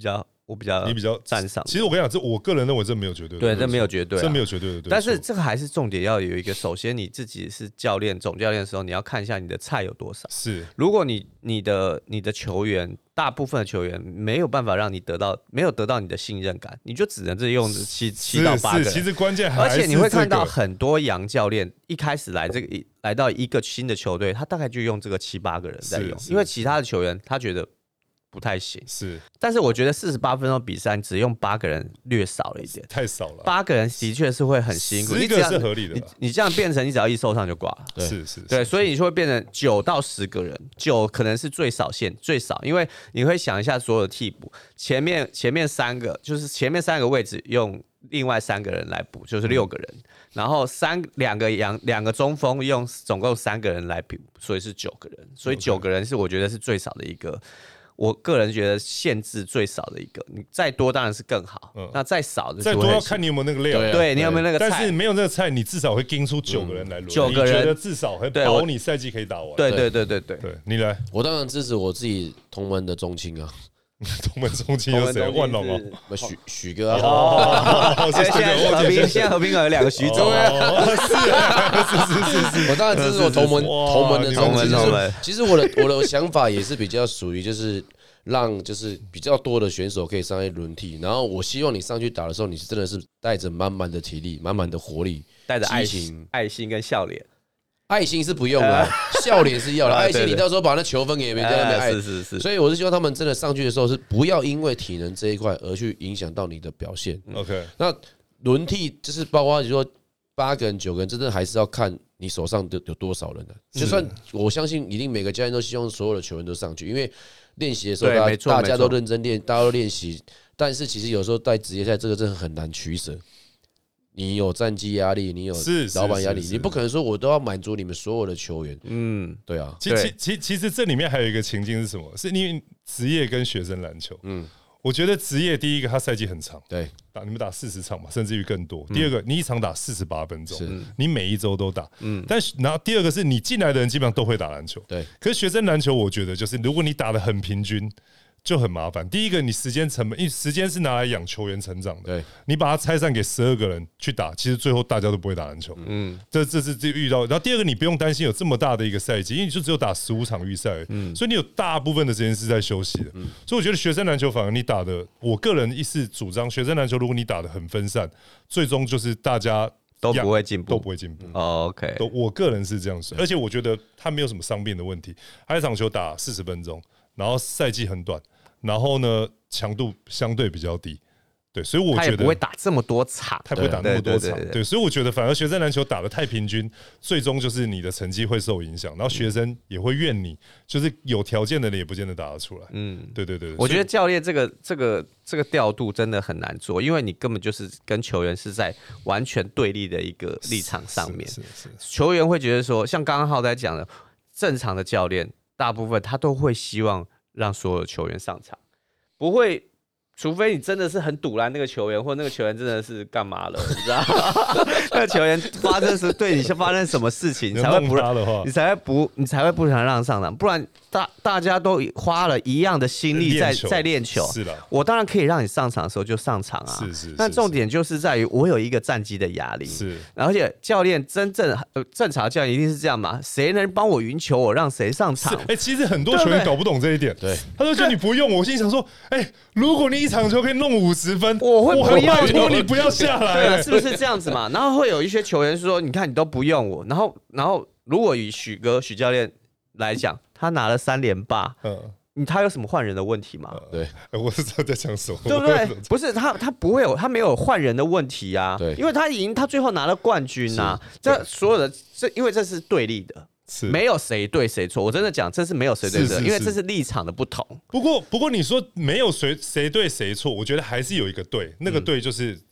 我比较
你比较
赞赏。
其实我跟你讲，这我个人认为这没有绝对的，
对，这没有绝对、啊，
这没有绝对的对。
但是这个还是重点要有一个，首先你自己是教练、总教练的时候，你要看一下你的菜有多少。
是，
如果你你的你的球员，大部分的球员没有办法让你得到，没有得到你的信任感，你就只能是用七七到八个人。
其实关键还是、
而且你会看到很多洋教练一开始来这个来到一个新的球队，他大概就用这个七八个人在用，因为其他的球员他觉得不太行。
是，
但是我觉得四十八分钟比赛只用八个人略少了一点，
太少了。
八个人的确是会很辛苦，
十个是合理的。
你你这样变成你只要一受伤就挂了，
对，是是，
对，所以你就会变成九到十个人，九可能是最少限最少，因为你会想一下所有的替补，前面前面三个就是前面三个位置用另外三个人来补，就是六个人，嗯、然后三两个两两个中锋用总共三个人来补，所以是九个人，所以九个人是我觉得是最少的一个。我个人觉得限制最少的一个，你再多当然是更好，嗯、那再少的
再多要看你有没有那个料，
对, 对你有没有那个菜，
但是没有那个菜，你至少会盯出九个人来轮，
九、嗯、个人，
你觉得至少会保你赛季可以打完。
对对对对对
对，你来，
我当然支持我自己同门的中青啊。
同门中青有谁？万隆哦，
许许哥啊。
哦，现在和平现在和平有两个徐总啊，
是是是是，
我当然支持我同门同门的中青。
同门，
其实我的我的想法也是比较属于就是让就是比较多的选手可以上去轮替，然后我希望你上去打的时候，你是真的是带着满满的体力、满满的活力，
带着爱心、爱心跟笑脸。
爱心是不用了，笑脸是要的。爱心你到时候把那球分给别人，在那边爱。
是是是。
所以我是希望他们真的上去的时候，是不要因为体能这一块而去影响到你的表现。
OK，
那轮替就是包括你说八个人、九个人，真的还是要看你手上的有多少人的。就算我相信，一定每个教练都希望所有的球员都上去，因为练习的时候大家大家都认真练，大家都练习。但是其实有时候在职业赛，这个真的很难取舍。你有战绩压力，你有老板压力，你不可能说我都要满足你们所有的球员。嗯，对啊。
其其其其实这里面还有一个情境是什么？是因为职业跟学生篮球。嗯，我觉得职业第一个，他赛季很长，
对，
打你们打四十场嘛，甚至于更多。第二个，你一场打四十八分钟，你每一周都打。嗯，但是然后第二个是你进来的人基本上都会打篮球。
对，
可是学生篮球，我觉得就是如果你打得很平均。就很麻烦。第一个，你时间成本，因为时间是拿来养球员成长的。
对，
你把它拆散给十二个人去打，其实最后大家都不会打篮球。嗯，这这是这遇到。然后第二个，你不用担心有这么大的一个赛季，因为你就只有打十五场预赛，嗯，所以你有大部分的时间是在休息的。嗯，所以我觉得学生篮球反而你打的，我个人一是主张学生篮球，如果你打的很分散，最终就是大家。
都不会进步，
都不会进步。
哦 ，OK，
都我个人是这样说，而且我觉得他没有什么伤病的问题，他一场球打四十分钟，然后赛季很短，然后呢强度相对比较低，对，所以我觉得
他也不会打这么多场，
他不会打那么多场，对，所以我觉得反而学生篮球打得太平均，最终就是你的成绩会受影响，然后学生也会怨你，就是有条件的人也不见得打得出来。嗯，对对对，
我觉得教练这个这个。这个调度真的很难做，因为你根本就是跟球员是在完全对立的一个立场上面。是是是是球员会觉得说，像刚刚浩在讲的，正常的教练大部分他都会希望让所有球员上场，不会。除非你真的是很堵拦那个球员，或那个球员真的是干嘛了，你知道吗？那个球员发生是对你发生什么事情，你才会不让，你才会不，你才会不想让上场，不然大大家都花了一样的心力在在练球。
是的，
我当然可以让你上场的时候就上场啊。
是是。
但重点就是在于我有一个战绩的压力。
是。
而且教练真正呃正常的教练一定是这样嘛？谁能帮我赢球，我让谁上场。
哎，其实很多球员搞不懂这一点。
对。
他就觉得你不用，我心想说，哎，如果你一场球可以弄五十分，
我会不要
拜托你不要下来，
对啊，是不是这样子嘛？然后会有一些球员说，你看你都不用我，然后然后如果以许哥许教练来讲，他拿了三连霸，嗯，他有什么换人的问题吗？
对，
我是知道在讲什么，
对不对？不是他，他不会有，他没有换人的问题啊，
对，
因为他赢，他最后拿了冠军啊，这所有的这，因为这是对立的。没有谁对谁错，我真的讲，这是没有谁对谁错，因为这是立场的不同。
不过，不过你说没有谁谁对谁错，我觉得还是有一个对，那个对就是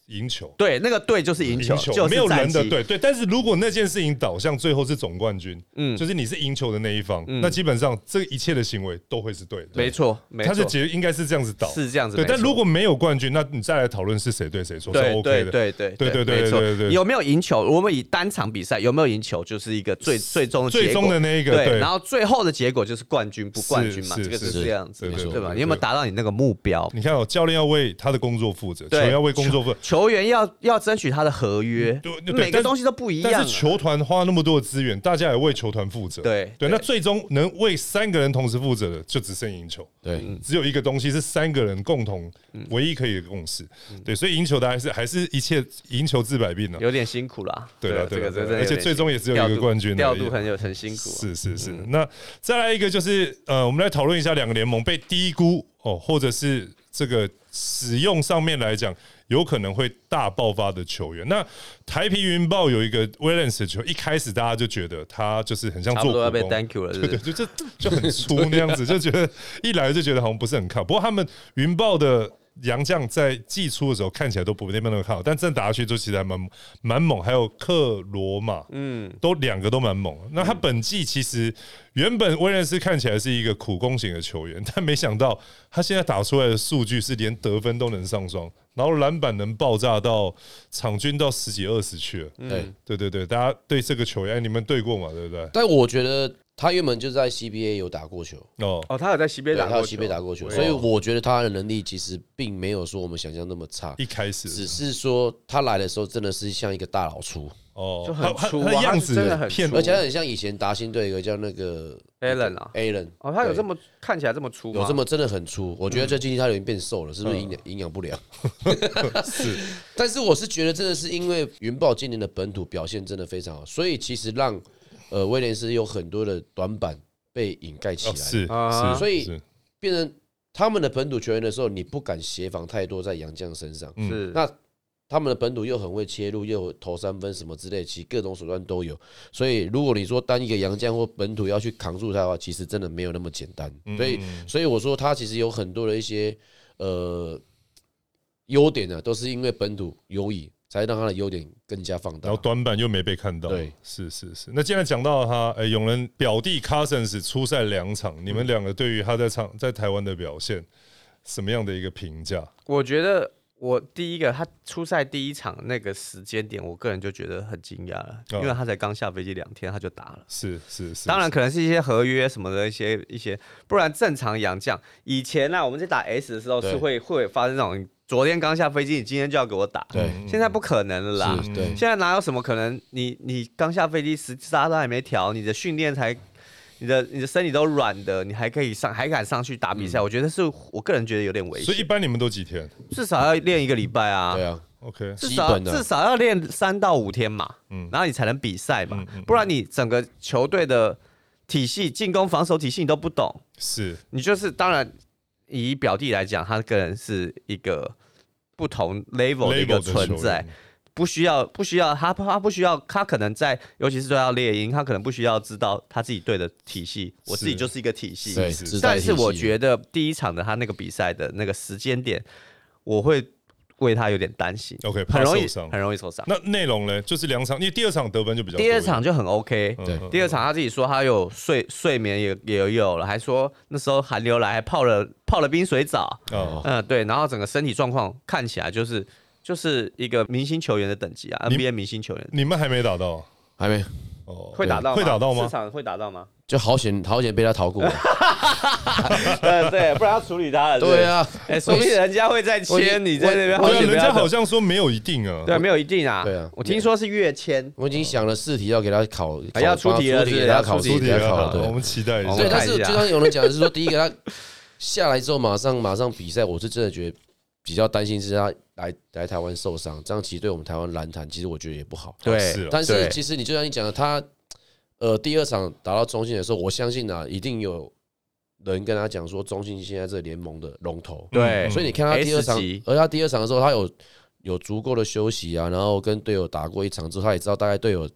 赢球，
对，那个队就是赢球，就是
没有人的队，对。但是如果那件事情导向最后是总冠军，嗯，就是你是赢球的那一方，嗯、那基本上这一切的行为都会是对的，
没错，没错。
他的结应该是这样子导，
是这样子。
对，但如果没有冠军，那你再来讨论是谁对谁错是 OK 的，
对对
对对对对对对。
有没有赢球？我们以单场比赛有没有赢球，就是一个最最终的
最终的那一个，对。
然后最后的结果就是冠军不冠军嘛，这个是这样子，对吧？你有没有达到你那个目标？
你看哦，教练要为他的工作负责，球员要为工作负责，
球员要要争取他的合约，每个东西都不一样。
但是球团花那么多的资源，大家也为球团负责。
对
对，那最终能为三个人同时负责的，就只剩赢球。
对，
只有一个东西是三个人共同唯一可以的共识。对，所以赢球的还是还是一切赢球治百病了。
有点辛苦啦。
对了，对了，而且最终也只有一个冠军。
调度很有很辛苦。
是是是。那再来一个就是呃，我们来讨论一下两个联盟被低估哦，或者是这个使用上面来讲。有可能会大爆发的球员，那台啤云豹有一个 Williams 的球，一开始大家就觉得他就是很像做苦工，
要被 Thank you 了，
对对，就就就很粗那样子，就觉得一来就觉得好像不是很靠。不过他们云豹的洋将在季初的时候看起来都不那么那么靠，但真的打下去就其实还蛮蛮猛。还有克罗马，嗯，都两个都蛮猛。那他本季其实原本威廉斯看起来是一个苦攻型的球员，但没想到他现在打出来的数据是连得分都能上双。然后篮板能爆炸到场均到十几二十去了，嗯，对对对，大家对这个球员，你们对过嘛？对不对？
但我觉得他原本就在 C B A 有打过球
哦，哦，他有在 C B A 打过球，
他有 C B A 打过球，所以我觉得他的能力其实并没有说我们想象那么差。
一开始
只是说他来的时候真的是像一个大老粗。
哦，就很粗，
他的样子
真的很
粗，而且很像以前达兴队有一个叫那个
Allen 啊
，Allen
哦，他有这么看起来这么粗吗？
有这么真的很粗，我觉得最近他有点变瘦了，是不是营养营养不良？
是，
但是我是觉得真的是因为云豹今年的本土表现真的非常好，所以其实让呃威廉斯有很多的短板被掩盖起来，
是是，
所以变成他们的本土球员的时候，你不敢协防太多在洋将身上，
是
那。他们的本土又很会切入，又投三分什么之类，其实各种手段都有。所以如果你说单一个洋将或本土要去扛住他的话，其实真的没有那么简单。所以，所以我说他其实有很多的一些呃优点呢，都是因为本土优异，才让他的优点更加放大。
然后短板又没被看到。
对，
是是是。那既然讲到他，哎，永仁表弟 Cousins 出赛两场，你们两个对于他在场在台湾的表现，什么样的一个评价？
我觉得。我第一个，他出赛第一场那个时间点，我个人就觉得很惊讶了，因为他才刚下飞机两天他就打了。
是是是，
当然可能是一些合约什么的一些一些，不然正常洋将以前啊，我们在打 S 的时候是会会发生这种，昨天刚下飞机，你今天就要给我打，
对，
现在不可能了啦。
对，
现在哪有什么可能？你你刚下飞机，时差都还没调，你的训练才。你的你的身体都软的，你还可以上，还敢上去打比赛？嗯、我觉得是我个人觉得有点危险。
所以一般你们都几天？
至少要练一个礼拜啊。
对啊
，OK，
至少至少要练三到五天嘛，嗯，然后你才能比赛嘛，嗯嗯、不然你整个球队的体系、进攻、防守体系你都不懂，
是
你就是当然以表弟来讲，他个人是一个不同 level 的一个存在。不需要，不需要，他他不需要，他可能在，尤其是对到猎鹰，他可能不需要知道他自己队的体系，我自己就是一个体系。
对，
但是我觉得第一场的他那个比赛的那个时间点，我会为他有点担心。
OK，
很容易很容易受伤。
那内容呢？就是两场，因为第二场得分就比较多。
第二场就很 OK，
对，
第二场他自己说他有睡睡眠也也有了，还说那时候寒流来还泡了泡了冰水澡。哦，嗯，对，然后整个身体状况看起来就是。就是一个明星球员的等级啊 ，N B A 明星球员。
你们还没打到？
还没。
哦，会打到吗？
会打到吗？
市场会打到吗？
就好险，好险被他逃过。
对对，不然要处理他了。
对啊，
哎，说不定人家会再签你在那边。
对啊，人家好像说没有一定啊。
对，没有一定啊。
对啊，
我听说是月签。
我已经想了四题要给他考，
要出题了，
给他考，
出题
要考了。
我们期待一下。
对，但是就像有人讲的是说，第一个他下来之后马上马上比赛，我是真的觉得比较担心是他。来来台湾受伤，这样其实对我们台湾篮坛其实我觉得也不好。
对，
但是其实你就像你讲的，他呃第二场打到中信的时候，我相信啊，一定有人跟他讲说，中信现在这联盟的龙头。
对，
所以你看他第二场，而他第二场的时候，他有有足够的休息啊，然后跟队友打过一场之后，他也知道大概队友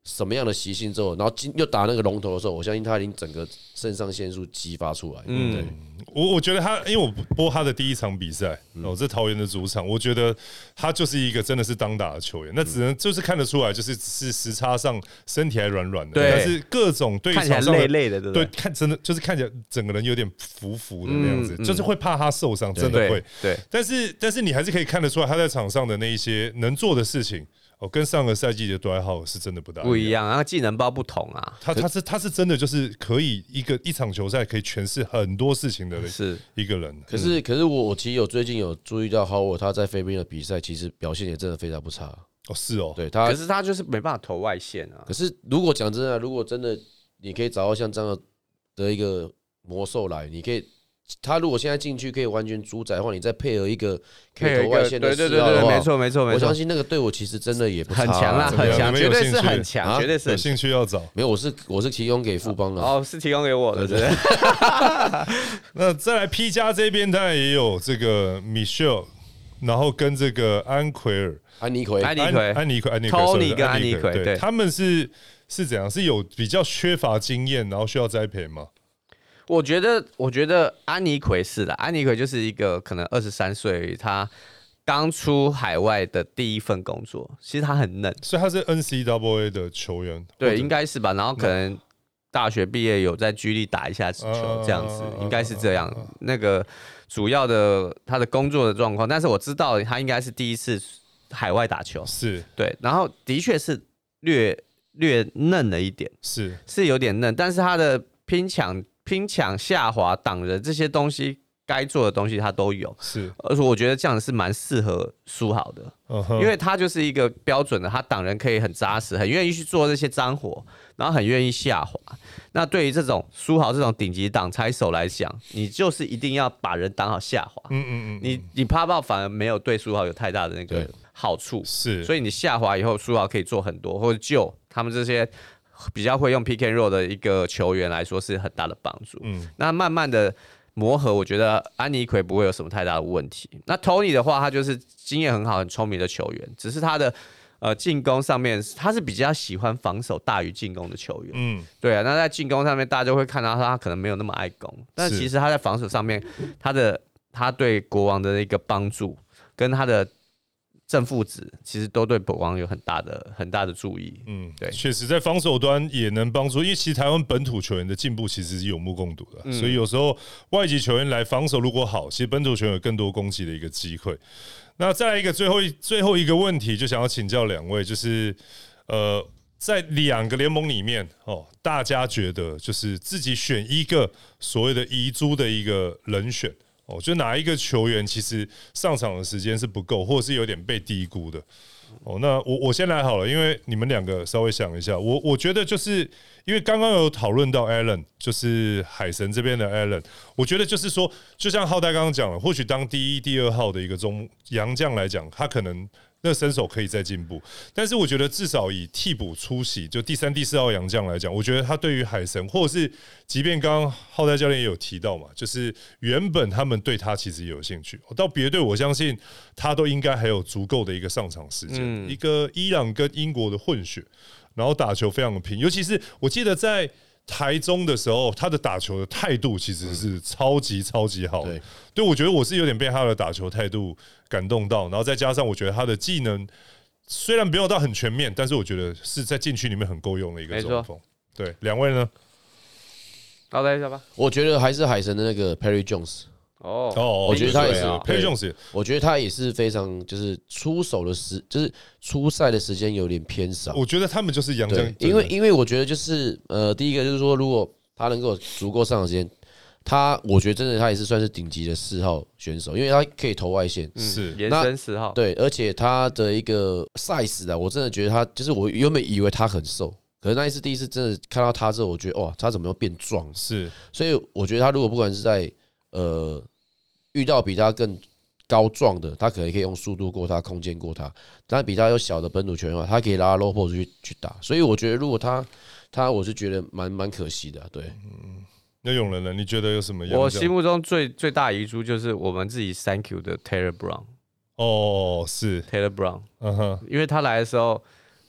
什么样的习性之后，然后又打那个龙头的时候，我相信他已经整个肾上腺素激发出来。嗯，对，
我我觉得他，因为我播他的第一场比赛，哦，这桃园的主场，我觉得他就是一个真的是当打的球员，那只能就是看得出来，就是是时差上身体还软软的，但是各种对
看起来累累的，对不
对？对，看真的就是看起来整个人有点浮浮的那样子，就是会怕他受伤，真的会。
对，
但是但是你还是可以看得出来他在场上的那一些能做的事情。哦，跟上个赛季的dwight howard是真的不大
不一样，然后技能包不同啊。
他他是他是真的就是可以一个一场球赛可以诠释很多事情的一个人。
可是可是我我其实有最近有注意到 Howard 他在菲律宾的比赛，其实表现也真的非常不差。
哦，是哦，
对他，
可是他就是没办法投外线啊。
可是如果讲真的，如果真的你可以找到像这样的一个魔兽来，你可以。他如果现在进去可以完全主宰的话，你再配合一个可以投外线的四号的话，
没错没错没错，
我相信那个队伍其实真的也不差，
很强啊，很强，绝对是很强，绝对是
有兴趣要找。
没有，我是我是提供给富邦的，
哦，是提供给我的，对。
那再来 P 加这边当然也有这个 Michelle， 然后跟这个安奎尔、
安妮奎、
安妮奎、
安妮奎、安妮奎、
Tony 跟安妮奎，对，
他们是是怎样？是有比较缺乏经验，然后需要栽培吗？
我觉得，我觉得安妮奎是的，安妮奎就是一个可能二十三岁，他刚出海外的第一份工作，其实他很嫩，
所以他是 N C double A 的球员，
对，应该是吧。然后可能大学毕业有在G力打一下球这样子，应该是这样。那个主要的他的工作的状况，但是我知道他应该是第一次海外打球，
是
对，然后的确是略略嫩了一点，
是
是有点嫩，但是他的拼抢。拼抢、下滑、挡人这些东西，该做的东西他都有。
是，
而且我觉得这样是蛮适合苏豪的， uh-huh. 因为他就是一个标准的，他挡人可以很扎实，很愿意去做这些脏活，然后很愿意下滑。那对于这种苏豪这种顶级挡拆手来讲，你就是一定要把人挡好下滑。嗯嗯嗯，你你趴爆反而没有对苏豪有太大的那个好处。
是，
所以你下滑以后，苏豪可以做很多，或者救他们这些。比较会用 pick and roll 的一个球员来说是很大的帮助。嗯，那慢慢的磨合，我觉得安妮奎不会有什么太大的问题。那 Tony 的话，他就是经验很好、很聪明的球员，只是他的呃进攻上面，他是比较喜欢防守大于进攻的球员。嗯，对啊。那在进攻上面，大家就会看到他可能没有那么爱攻，但其实他在防守上面，他的他对国王的一个帮助跟他的。正负值其实都对国王有很大的很大的注意，嗯，对，
确实在防守端也能帮助，因为其实台湾本土球员的进步其实是有目共睹的，嗯、所以有时候外籍球员来防守如果好，其实本土球员有更多攻击的一个机会。那再来一个最后一最后一个问题，就想要请教两位，就是呃，在两个联盟里面哦，大家觉得就是自己选一个所谓的遗珠的一个人选。哦，就哪一个球员其实上场的时间是不够，或者是有点被低估的。哦，那我我先来好了，因为你们两个稍微想一下，我我觉得就是因为刚刚有讨论到 Allen， 就是海神这边的 Allen， 我觉得就是说，就像浩代刚刚讲了，或许当第一、第二号的一个中洋将来讲，他可能。那身手可以再进步，但是我觉得至少以替补出席，就第三、第四号洋将来讲，我觉得他对于海神，或者是即便刚刚浩代教练也有提到嘛，就是原本他们对他其实也有兴趣，到别队我相信他都应该还有足够的一个上场时间。嗯、一个伊朗跟英国的混血，然后打球非常的拼，尤其是我记得在。台中的时候，他的打球的态度其实是超级超级好的。对，对我觉得我是有点被他的打球态度感动到，然后再加上我觉得他的技能虽然没有到很全面，但是我觉得是在禁区里面很够用的一个中锋。对，两位呢？
交代一下吧。
我觉得还是海神的那个 Perry Jones。
哦
哦，我觉得他也是
Perry Jones，
我觉得他也是非常就是出手的时，就是出赛的时间有点偏少。
我觉得他们就是洋将，
因为因为我觉得就是呃，第一个就是说，如果他能够足够上场时间，他我觉得真的他也是算是顶级的四号选手，因为他可以投外线，
是延伸四号，
对，而且他的一个 size 啊，我真的觉得他就是我原本以为他很瘦。可是那一次第一次真的看到他之后，我觉得哇，他怎么又变壮？
是，
所以我觉得他如果不管是在呃。遇到比他更高壮的，他可能可以用速度过他，空间过他；但比他又小的本土球员的话，他可以拉 low post 去去打。所以我觉得，如果他他，我是觉得蛮蛮可惜的、啊。对，
嗯，那永仁呢？你觉得有什么？
我心目中最最大遗珠就是我们自己 Thank you 的 Taylor Brown。
哦，是
Taylor Brown，
嗯哼，
因为他来的时候，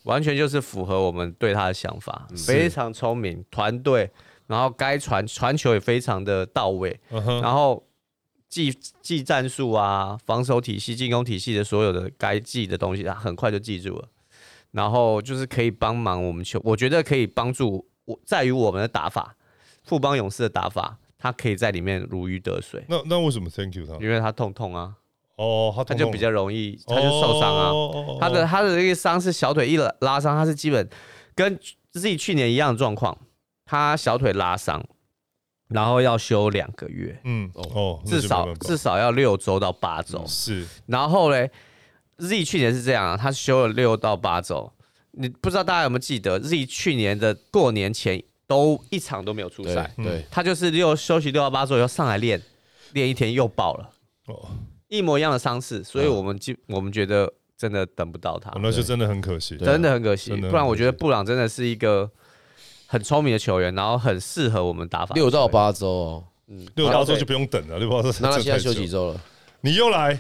完全就是符合我们对他的想法，非常聪明，团队，然后该传传球也非常的到位，嗯、然后技技战术啊、防守体系、进攻体系的所有的该记的东西，他很快就记住了。然后就是可以帮忙我们球，我觉得可以帮助我，在于我们的打法，富邦勇士的打法，他可以在里面如鱼得水。
那那为什么 thank you 他？
因为他痛痛啊。
哦，他, 痛痛
他就比较容易，他就受伤啊。
哦、
他的他的这个伤是小腿一拉伤，他是基本跟自己去年一样的状况，他小腿拉伤，然后要休两个月，
嗯哦，
至少至少要六周到八周、嗯。
是，
然后嘞 ，Z 去年是这样、啊，他休了六到八周。你不知道大家有没有记得 ，Z 去年的过年前都一场都没有出赛，
对，
他就是六休息六到八周以后上来练，练一天又爆了。哦。一模一样的伤势，所以我们就、嗯、我们觉得真的等不到他、
哦，那就真的很可惜，
真的很可惜。不然我觉得布朗真的是一个很聪明的球员，然后很适合我们打法。
六到八周哦，
嗯，六到八周就不用等了，六到八周。
那他现在休几周了？
你又来？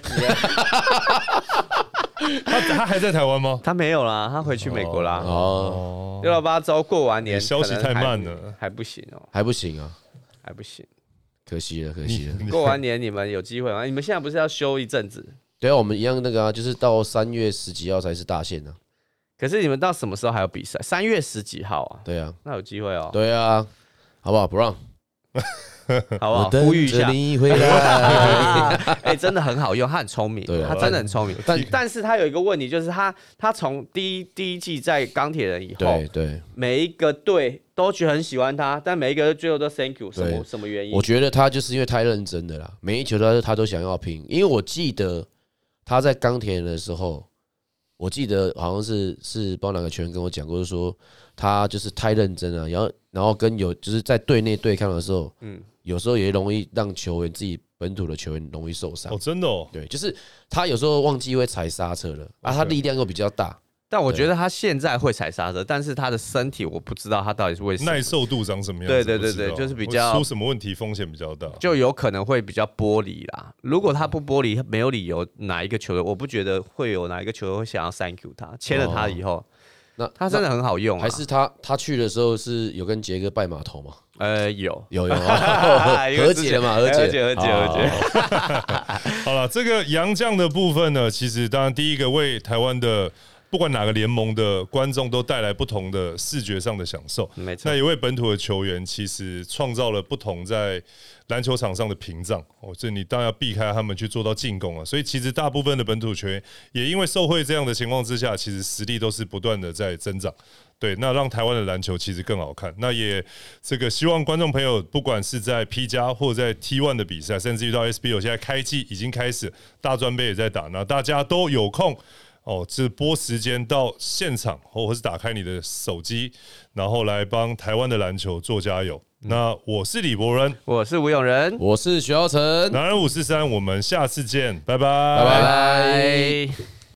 他他还在台湾吗？
他没有啦，他回去美国啦。
哦，
六到八周过完年，
消息太慢了，
还不行哦，
还不行啊，
还不行。
可惜了，可惜了。
过完年你们有机会吗？你们现在不是要休一阵子？
对啊，我们一样那个啊，就是到三月十几号才是大限呢、啊。
可是你们到什么时候还有比赛？三月十几号啊？
对啊，
那有机会哦。
对啊，好不好？不让，
好不好？呼吁一下。
你回来。
哎，真的很好用，他很聪明，
对啊，
他真的很聪明。但但是他有一个问题，就是他他从第一第一季在钢铁人以后，
对对，
每一个队都觉得很喜欢他，但每一个最后都 thank you， 什么什么原因？
我觉得他就是因为太认真的啦，每一球他他都想要拼。因为我记得他在钢铁人的时候，我记得好像是是不知道哪个球员跟我讲过，就是说他就是太认真了，然后然后跟有就是在队内对抗的时候，嗯，有时候也容易让球员自己本土的球员容易受伤。
哦，真的哦，
对，就是他有时候忘记会踩刹车了，啊，他力量又比较大。
但我觉得他现在会踩刹车，但是他的身体我不知道他到底是为什么
耐受度长什么样子。
对对对对，就是比较
出什么问题风险比较大，
就有可能会比较剥离啦。如果他不剥离，没有理由哪一个球员，我不觉得会有哪一个球员会想要 thank you 他。签了他以后，哦、那他真的很好用、啊。
还是他他去的时候是有跟杰哥拜码头吗？
呃，有
有有、哦、和解了嘛？和解
和解和解和
解。好了，这个洋将的部分呢，其实当然第一个为台湾的。不管哪个联盟的观众都带来不同的视觉上的享受。
没错，
那一位本土的球员其实创造了不同在篮球场上的屏障哦，这你当然要避开他们去做到进攻啊。所以其实大部分的本土球员也因为受惠这样的情况之下，其实实力都是不断的在增长。对，那让台湾的篮球其实更好看。那也这个希望观众朋友，不管是在 P 加或者在 T 一 的比赛，甚至于到 S B O 现在开季已经开始，大专杯也在打，那大家都有空。哦，直播时间到现场，或者是打开你的手机，然后来帮台湾的篮球做加油。嗯、那我是李博仁，
我是吴永仁，
我是徐浩成，
男人五四三，我们下次见，拜拜，
拜拜。